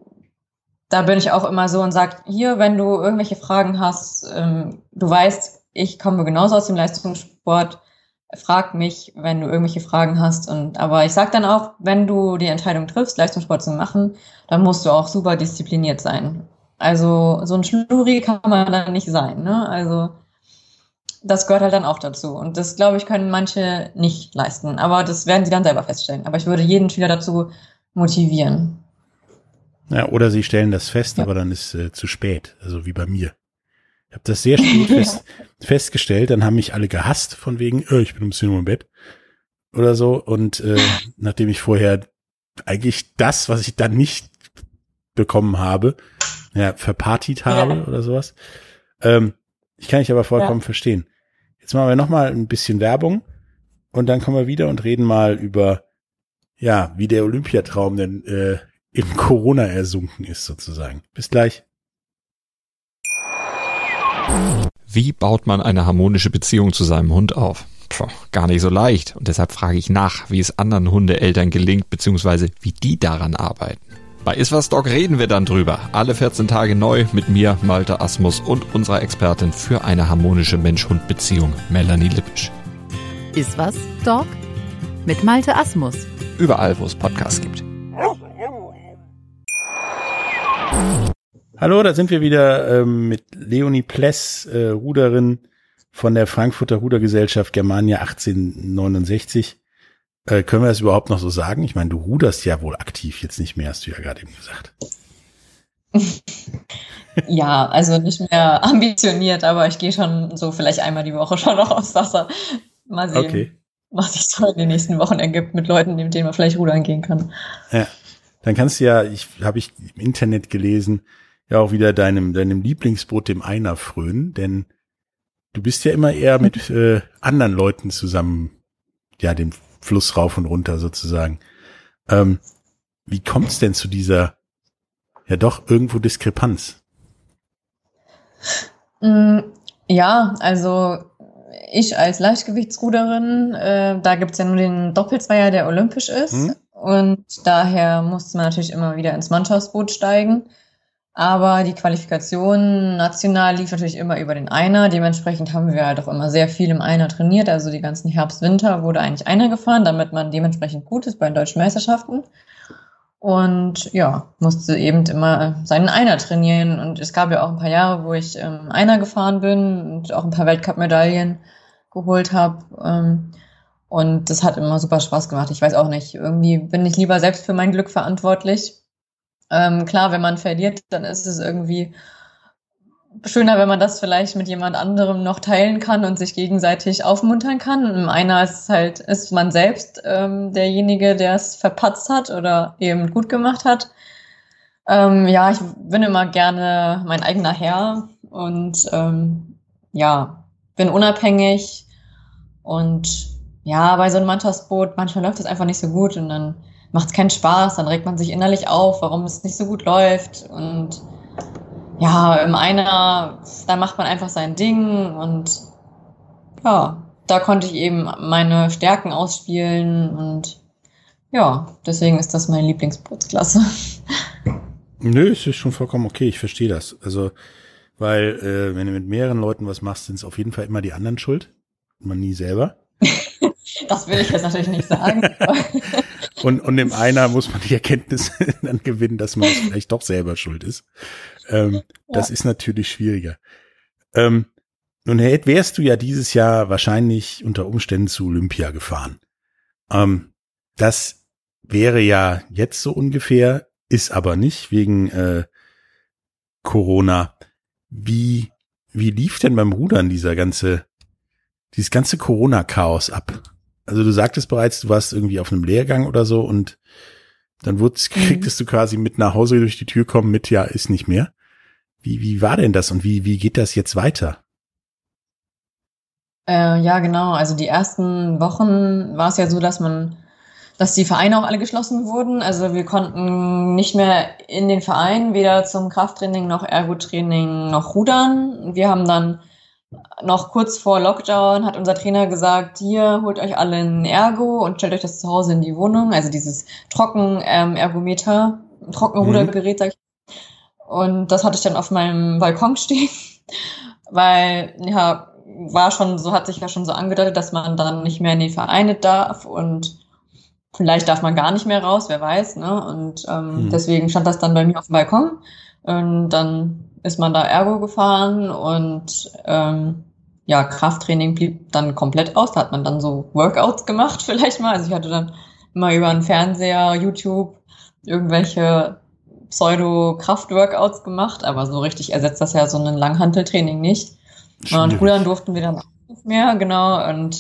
da bin ich auch immer so und sage, hier, wenn du irgendwelche Fragen hast, du weißt, ich komme genauso aus dem Leistungssport. Frag mich, wenn du irgendwelche Fragen hast. Aber ich sag dann auch, wenn du die Entscheidung triffst, Leistungssport zu machen, dann musst du auch super diszipliniert sein. Also so ein Schluri kann man dann nicht sein, ne? Also das gehört halt dann auch dazu. Und das, glaube ich, können manche nicht leisten. Aber das werden sie dann selber feststellen. Aber ich würde jeden Schüler dazu motivieren. Ja, oder sie stellen das fest, aber dann ist zu spät. Also wie bei mir. Ich habe das sehr spät festgestellt. Dann haben mich alle gehasst von wegen, ich bin um 10 Uhr im Bett oder so. Und nachdem ich vorher eigentlich das, was ich dann nicht bekommen habe, verpartiet habe oder sowas. Ich kann dich aber vollkommen verstehen. Jetzt machen wir nochmal ein bisschen Werbung und dann kommen wir wieder und reden mal über, wie der Olympiatraum denn in Corona ersunken ist sozusagen. Bis gleich. Wie baut man eine harmonische Beziehung zu seinem Hund auf? Gar nicht so leicht. Und deshalb frage ich nach, wie es anderen Hundeeltern gelingt, beziehungsweise wie die daran arbeiten. Bei Iswas Dog reden wir dann drüber. Alle 14 Tage neu mit mir, Malte Asmus und unserer Expertin für eine harmonische Mensch-Hund-Beziehung, Melanie Lippisch. Iswas Dog mit Malte Asmus. Überall, wo es Podcasts gibt. Hallo, da sind wir wieder mit Leonie Pless, Ruderin von der Frankfurter Rudergesellschaft Germania 1869. Können wir das überhaupt noch so sagen? Ich meine, du ruderst ja wohl aktiv jetzt nicht mehr, hast du ja gerade eben gesagt. Ja, also nicht mehr ambitioniert, aber ich gehe schon so vielleicht einmal die Woche schon noch aufs Wasser. Mal sehen, was sich so in den nächsten Wochen ergibt mit Leuten, mit denen man vielleicht rudern gehen kann. Ja, dann kannst du ja, habe ich im Internet gelesen, ja auch wieder deinem Lieblingsboot, dem Einer, frönen, denn du bist ja immer eher mit anderen Leuten zusammen, den Fluss rauf und runter sozusagen. Wie kommt es denn zu dieser doch irgendwo Diskrepanz? Ja, also ich als Leichtgewichtsruderin, da gibt's ja nur den Doppelzweier, der olympisch ist. Und daher musste man natürlich immer wieder ins Mannschaftsboot steigen. Aber die Qualifikation national lief natürlich immer über den Einer. Dementsprechend haben wir halt auch immer sehr viel im Einer trainiert. Also die ganzen Herbst, Winter wurde eigentlich Einer gefahren, damit man dementsprechend gut ist bei den deutschen Meisterschaften. Und musste eben immer seinen Einer trainieren. Und es gab ja auch ein paar Jahre, wo ich Einer gefahren bin und auch ein paar Weltcup-Medaillen geholt habe. Und das hat immer super Spaß gemacht. Ich weiß auch nicht, irgendwie bin ich lieber selbst für mein Glück verantwortlich. Klar, wenn man verliert, dann ist es irgendwie schöner, wenn man das vielleicht mit jemand anderem noch teilen kann und sich gegenseitig aufmuntern kann. Im Einer ist man selbst derjenige, der es verpatzt hat oder eben gut gemacht hat. Ich bin immer gerne mein eigener Herr und bin unabhängig. Und bei so einem Mannschaftsboot, manchmal läuft es einfach nicht so gut und dann macht es keinen Spaß, dann regt man sich innerlich auf, warum es nicht so gut läuft. Und im Einer, da macht man einfach sein Ding und da konnte ich eben meine Stärken ausspielen und deswegen ist das meine Lieblingsbootsklasse. Nö, es ist schon vollkommen okay, ich verstehe das. Also, weil wenn du mit mehreren Leuten was machst, sind es auf jeden Fall immer die anderen schuld, man nie selber. Das will ich jetzt natürlich nicht sagen. Und im Einer muss man die Erkenntnis dann gewinnen, dass man vielleicht doch selber schuld ist. Das ist natürlich schwieriger. Nun wärst du ja dieses Jahr wahrscheinlich unter Umständen zu Olympia gefahren. Das wäre ja jetzt so ungefähr, ist aber nicht wegen Corona. Wie lief denn beim Rudern dieses ganze Corona-Chaos ab? Also du sagtest bereits, du warst irgendwie auf einem Lehrgang oder so und dann kriegtest du quasi mit nach Hause durch die Tür kommen mit, ist nicht mehr. Wie war denn das und wie geht das jetzt weiter? Genau. Also die ersten Wochen war es ja so, dass die Vereine auch alle geschlossen wurden. Also wir konnten nicht mehr in den Verein, weder zum Krafttraining noch Ergotraining noch Rudern. Wir haben dann noch kurz vor Lockdown hat unser Trainer gesagt, hier, holt euch alle ein Ergo und stellt euch das zu Hause in die Wohnung. Also dieses Trocken-Ergometer, Trockenrudergerät, sag ich. Und das hatte ich dann auf meinem Balkon stehen, weil, war schon, so hat sich ja schon so angedeutet, dass man dann nicht mehr in die Vereine darf und vielleicht darf man gar nicht mehr raus, wer weiß, ne? Und deswegen stand das dann bei mir auf dem Balkon und dann ist man da Ergo gefahren und Krafttraining blieb dann komplett aus. Da hat man dann so Workouts gemacht vielleicht mal. Also ich hatte dann immer über einen Fernseher, YouTube irgendwelche Pseudo-Kraft-Workouts gemacht, aber so richtig ersetzt das ja so ein Langhanteltraining nicht. Und Rudern durften wir dann auch nicht mehr, genau. Und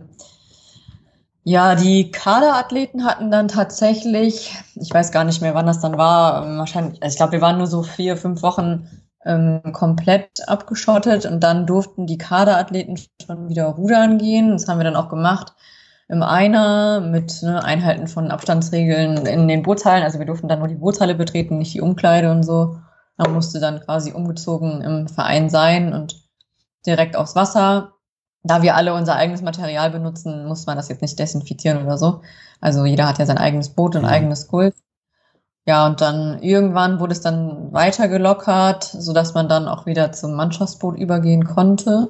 die Kaderathleten hatten dann tatsächlich, ich weiß gar nicht mehr, wann das dann war, wahrscheinlich, also ich glaube, wir waren nur so 4-5 Wochen komplett abgeschottet und dann durften die Kaderathleten schon wieder rudern gehen. Das haben wir dann auch gemacht im Einer mit Einhalten von Abstandsregeln in den Bootshallen. Also wir durften dann nur die Bootshalle betreten, nicht die Umkleide und so. Man musste dann quasi umgezogen im Verein sein und direkt aufs Wasser. Da wir alle unser eigenes Material benutzen, muss man das jetzt nicht desinfizieren oder so. Also jeder hat ja sein eigenes Boot und eigenes Gulf. Ja, und dann irgendwann wurde es dann weiter gelockert, sodass man dann auch wieder zum Mannschaftsboot übergehen konnte.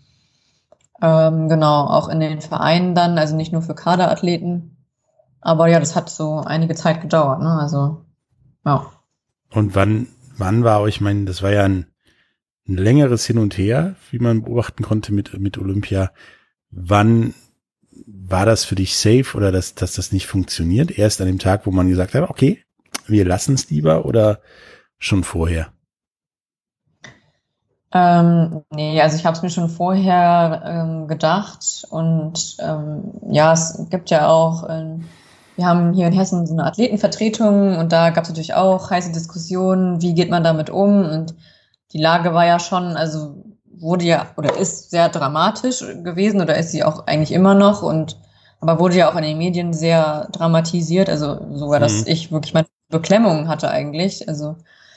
Genau, auch in den Vereinen dann, also nicht nur für Kaderathleten. Aber ja, das hat so einige Zeit gedauert, ne? Also, ja. Und wann war euch, ich meine, das war ja ein längeres Hin und Her, wie man beobachten konnte mit Olympia. Wann war das für dich safe oder dass das nicht funktioniert? Erst an dem Tag, wo man gesagt hat, okay, wir lassen es lieber oder schon vorher? Nee, also ich habe es mir schon vorher gedacht und es gibt ja auch, wir haben hier in Hessen so eine Athletenvertretung und da gab es natürlich auch heiße Diskussionen, wie geht man damit um, und die Lage war ja schon, also wurde ja oder ist sehr dramatisch gewesen oder ist sie auch eigentlich immer noch, aber wurde ja auch in den Medien sehr dramatisiert, also sogar, dass ich wirklich meine Beklemmungen hatte eigentlich, also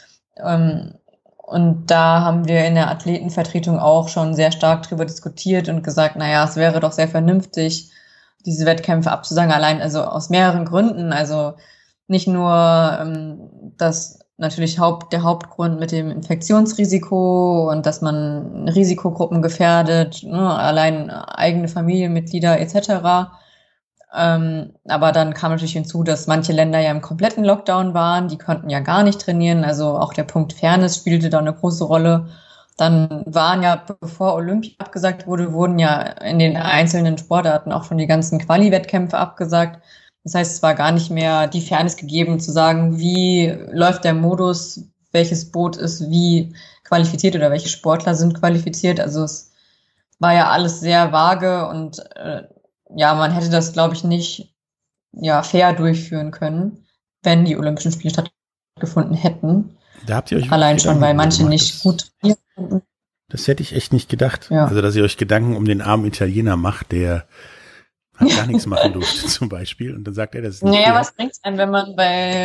und da haben wir in der Athletenvertretung auch schon sehr stark drüber diskutiert und gesagt, naja, es wäre doch sehr vernünftig, diese Wettkämpfe abzusagen, allein also aus mehreren Gründen, also nicht nur das natürlich der Hauptgrund mit dem Infektionsrisiko und dass man Risikogruppen gefährdet, allein eigene Familienmitglieder etc. Aber dann kam natürlich hinzu, dass manche Länder ja im kompletten Lockdown waren, die konnten ja gar nicht trainieren, also auch der Punkt Fairness spielte da eine große Rolle. Dann waren ja, bevor Olympia abgesagt wurde, wurden ja in den einzelnen Sportarten auch schon die ganzen Quali-Wettkämpfe abgesagt. Das heißt, es war gar nicht mehr die Fairness gegeben, zu sagen, wie läuft der Modus, welches Boot ist wie qualifiziert oder welche Sportler sind qualifiziert. Also es war ja alles sehr vage und man hätte das, glaube ich, nicht fair durchführen können, wenn die Olympischen Spiele stattgefunden hätten. Da habt ihr euch allein schon, weil manche nicht gut trainieren konnten. Das hätte ich echt nicht gedacht. Ja. Also, dass ihr euch Gedanken um den armen Italiener macht, der hat gar nichts machen durfte, zum Beispiel. Und dann sagt er, das ist nicht fair. Was bringt's einem, wenn man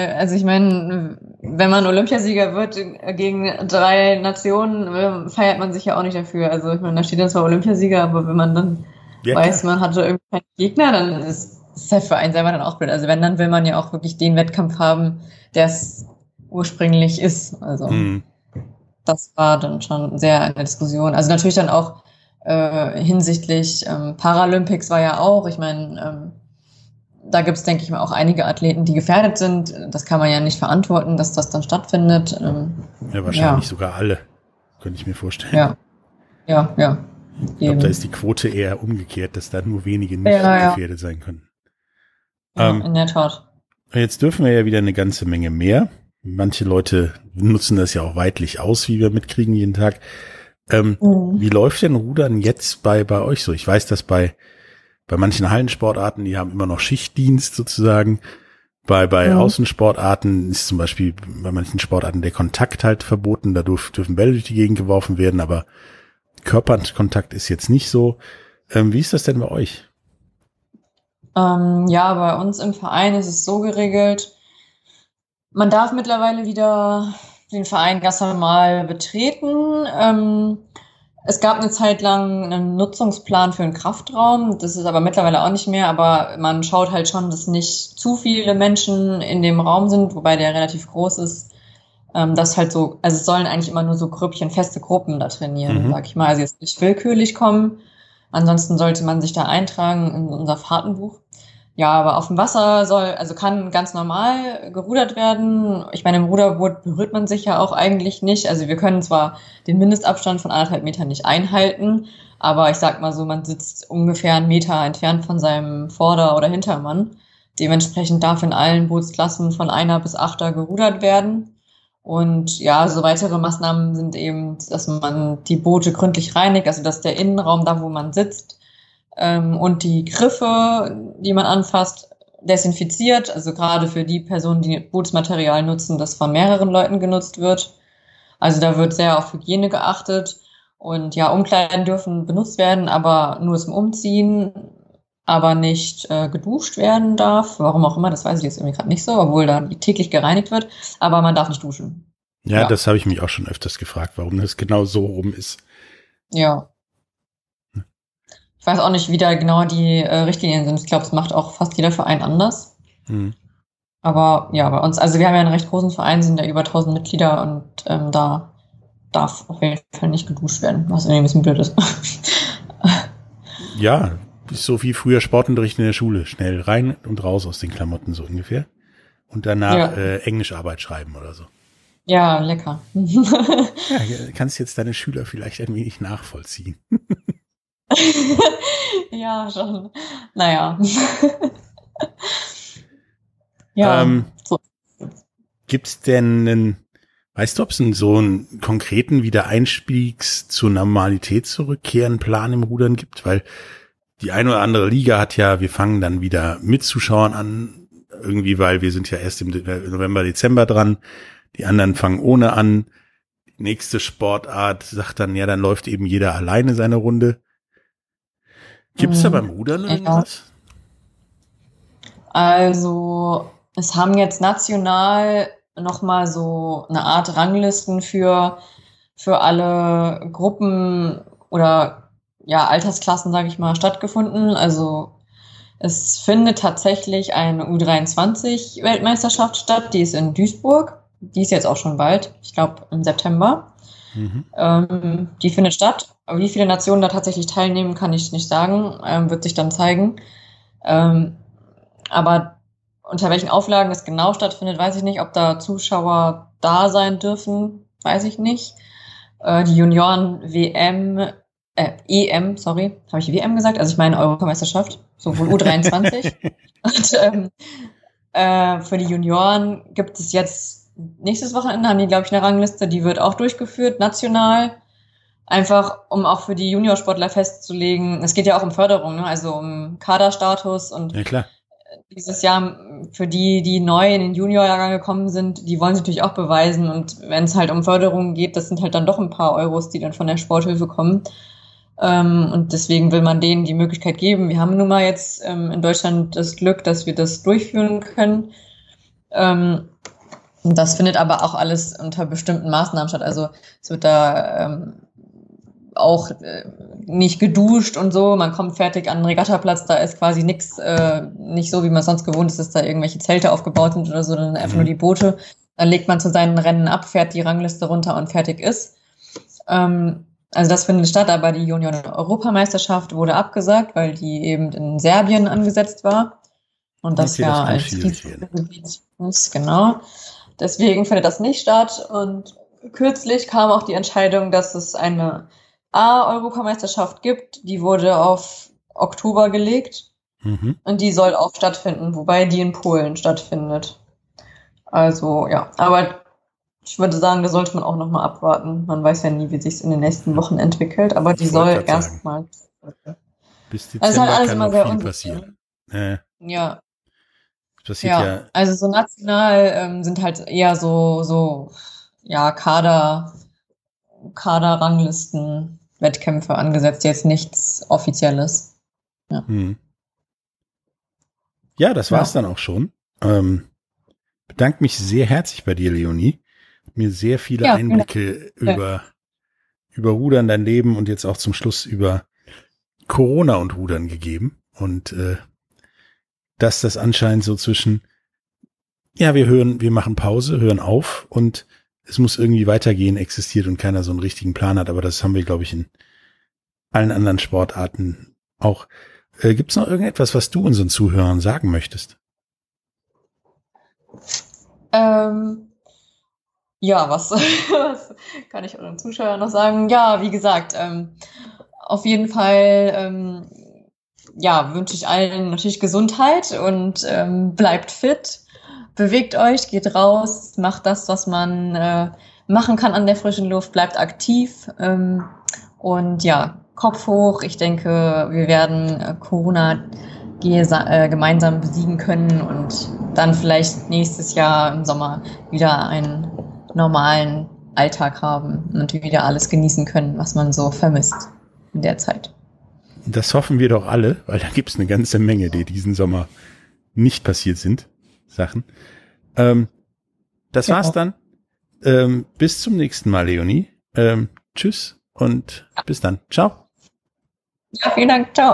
wenn man Olympiasieger wird gegen 3 Nationen, feiert man sich ja auch nicht dafür. Also, ich meine, da steht dann zwar Olympiasieger, aber wenn man dann weiß, man hatte irgendwie keinen Gegner, dann ist es halt für einen selber dann auch blöd. Also wenn, dann will man ja auch wirklich den Wettkampf haben, der es ursprünglich ist. Also das war dann schon sehr eine Diskussion. Also natürlich dann auch hinsichtlich Paralympics war ja auch, ich meine, da gibt's, denke ich mal, auch einige Athleten, die gefährdet sind. Das kann man ja nicht verantworten, dass das dann stattfindet. Wahrscheinlich sogar alle, könnte ich mir vorstellen. Ja. Ich glaube, da ist die Quote eher umgekehrt, dass da nur wenige nicht gefährdet sein können. In der Tat. Jetzt dürfen wir ja wieder eine ganze Menge mehr. Manche Leute nutzen das ja auch weitlich aus, wie wir mitkriegen jeden Tag. Wie läuft denn Rudern jetzt bei euch so? Ich weiß, dass bei manchen Hallensportarten, die haben immer noch Schichtdienst sozusagen. Bei Außensportarten ist zum Beispiel bei manchen Sportarten der Kontakt halt verboten. Da dürfen Bälle durch die Gegend geworfen werden, aber Körperkontakt ist jetzt nicht so. Wie ist das denn bei euch? Bei uns im Verein ist es so geregelt, man darf mittlerweile wieder den Verein ganz normal betreten. Es gab eine Zeit lang einen Nutzungsplan für einen Kraftraum, das ist aber mittlerweile auch nicht mehr, aber man schaut halt schon, dass nicht zu viele Menschen in dem Raum sind, wobei der relativ groß ist. Das halt so, also es sollen eigentlich immer nur so Grüppchen, feste Gruppen da trainieren, sag ich mal. Also jetzt nicht willkürlich kommen. Ansonsten sollte man sich da eintragen in unser Fahrtenbuch. Ja, aber auf dem Wasser kann ganz normal gerudert werden. Ich meine, im Ruderboot berührt man sich ja auch eigentlich nicht. Also wir können zwar den Mindestabstand von 1,5 Metern nicht einhalten, aber ich sag mal so, man sitzt ungefähr 1 Meter entfernt von seinem Vorder- oder Hintermann. Dementsprechend darf in allen Bootsklassen von 1er bis 8er gerudert werden. Und ja, so weitere Maßnahmen sind eben, dass man die Boote gründlich reinigt, also dass der Innenraum, da wo man sitzt, und die Griffe, die man anfasst, desinfiziert. Also gerade für die Personen, die Bootsmaterial nutzen, das von mehreren Leuten genutzt wird. Also da wird sehr auf Hygiene geachtet. Und ja, Umkleiden dürfen benutzt werden, aber nur zum Umziehen, aber nicht geduscht werden darf. Warum auch immer, das weiß ich jetzt irgendwie gerade nicht so, obwohl da täglich gereinigt wird. Aber man darf nicht duschen. Ja, das habe ich mich auch schon öfters gefragt, warum das genau so rum ist. Ja. Ich weiß auch nicht, wie da genau die Richtlinien sind. Ich glaube, es macht auch fast jeder Verein anders. Aber ja, bei uns, also wir haben ja einen recht großen Verein, sind ja über 1000 Mitglieder und da darf auf jeden Fall nicht geduscht werden, was irgendwie ein bisschen blöd ist. Ja, ist so wie früher Sportunterricht in der Schule. Schnell rein und raus aus den Klamotten so ungefähr. Und danach Englischarbeit schreiben oder so. Ja, lecker. Ja, kannst jetzt deine Schüler vielleicht ein wenig nachvollziehen. Ja, schon. Naja. Ja. So. Gibt's denn weißt du, ob es so einen konkreten Wiedereinstiegs zur Normalität zurückkehren Plan im Rudern gibt? Weil die eine oder andere Liga hat ja, wir fangen dann wieder mit Zuschauern an, irgendwie, weil wir sind ja erst im November, Dezember dran. Die anderen fangen ohne an. Die nächste Sportart sagt dann, ja, dann läuft eben jeder alleine seine Runde. Gibt's da beim Rudern irgendwas? Also, es haben jetzt national nochmal so eine Art Ranglisten für alle Gruppen oder ja, Altersklassen, sage ich mal, stattgefunden. Also es findet tatsächlich eine U23-Weltmeisterschaft statt, die ist in Duisburg. Die ist jetzt auch schon bald, ich glaube im September. Die findet statt. Aber wie viele Nationen da tatsächlich teilnehmen, kann ich nicht sagen. Wird sich dann zeigen. Aber unter welchen Auflagen es genau stattfindet, weiß ich nicht. Ob da Zuschauer da sein dürfen, weiß ich nicht. Die Junioren-EM, sorry, habe ich WM gesagt? Also ich meine Europameisterschaft, sowohl U23. Und für die Junioren gibt es jetzt nächstes Wochenende, haben die, glaube ich, eine Rangliste, die wird auch durchgeführt, national. Einfach, um auch für die Juniorsportler festzulegen, es geht ja auch um Förderung, ne? Also um Kaderstatus und ja, klar. Dieses Jahr für die neu in den Juniorjahrgang gekommen sind, die wollen sich natürlich auch beweisen und wenn es halt um Förderungen geht, das sind halt dann doch ein paar Euros, die dann von der Sporthilfe kommen und deswegen will man denen die Möglichkeit geben. Wir haben nun mal jetzt in Deutschland das Glück, dass wir das durchführen können. Das findet aber auch alles unter bestimmten Maßnahmen statt. Also es wird da auch nicht geduscht und so. Man kommt fertig an den Regattaplatz, da ist quasi nichts, nicht so, wie man sonst gewohnt ist, dass da irgendwelche Zelte aufgebaut sind oder so, dann einfach nur die Boote. Dann legt man zu seinen Rennen ab, fährt die Rangliste runter und fertig ist. Also das findet statt, aber die Junioren-Europameisterschaft wurde abgesagt, weil die eben in Serbien angesetzt war. Und das ja als Risikogebiet ist, genau. Deswegen findet das nicht statt. Und kürzlich kam auch die Entscheidung, dass es eine A-Europameisterschaft gibt. Die wurde auf Oktober gelegt. Und die soll auch stattfinden, wobei die in Polen stattfindet. Also, ja. Aber ich würde sagen, da sollte man auch nochmal abwarten. Man weiß ja nie, wie sich es in den nächsten Wochen entwickelt. Aber die soll erstmal. Bis Dezember halt kann noch viel passieren. Ja. Passiert ja. Also so national sind halt eher so Kaderranglisten, Wettkämpfe angesetzt, jetzt nichts Offizielles. Ja, ja, das war's dann auch schon. Bedanke mich sehr herzlich bei dir, Leonie. Mir sehr viele Einblicke über Rudern, dein Leben und jetzt auch zum Schluss über Corona und Rudern gegeben. Und dass das anscheinend so zwischen, ja, wir machen Pause, hören auf und es muss irgendwie weitergehen, existiert und keiner so einen richtigen Plan hat. Aber das haben wir, glaube ich, in allen anderen Sportarten auch. Gibt es noch irgendetwas, was du unseren Zuhörern sagen möchtest? Ja, was kann ich unseren Zuschauern noch sagen? Ja, wie gesagt, auf jeden Fall wünsche ich allen natürlich Gesundheit und bleibt fit, bewegt euch, geht raus, macht das, was man machen kann an der frischen Luft, bleibt aktiv und ja, Kopf hoch. Ich denke, wir werden Corona gemeinsam besiegen können und dann vielleicht nächstes Jahr im Sommer wieder einen normalen Alltag haben und wieder alles genießen können, was man so vermisst in der Zeit. Das hoffen wir doch alle, weil da gibt es eine ganze Menge, die diesen Sommer nicht passiert sind, Sachen. Das war's dann. Bis zum nächsten Mal, Leonie. Tschüss und bis dann. Ciao. Ja, vielen Dank. Ciao.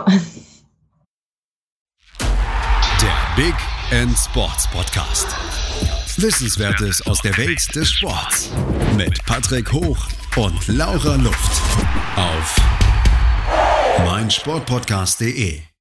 Der Big End Sports Podcast. Wissenswertes aus der Welt des Sports. Mit Patrick Hoch und Laura Luft. Auf meinsportpodcast.de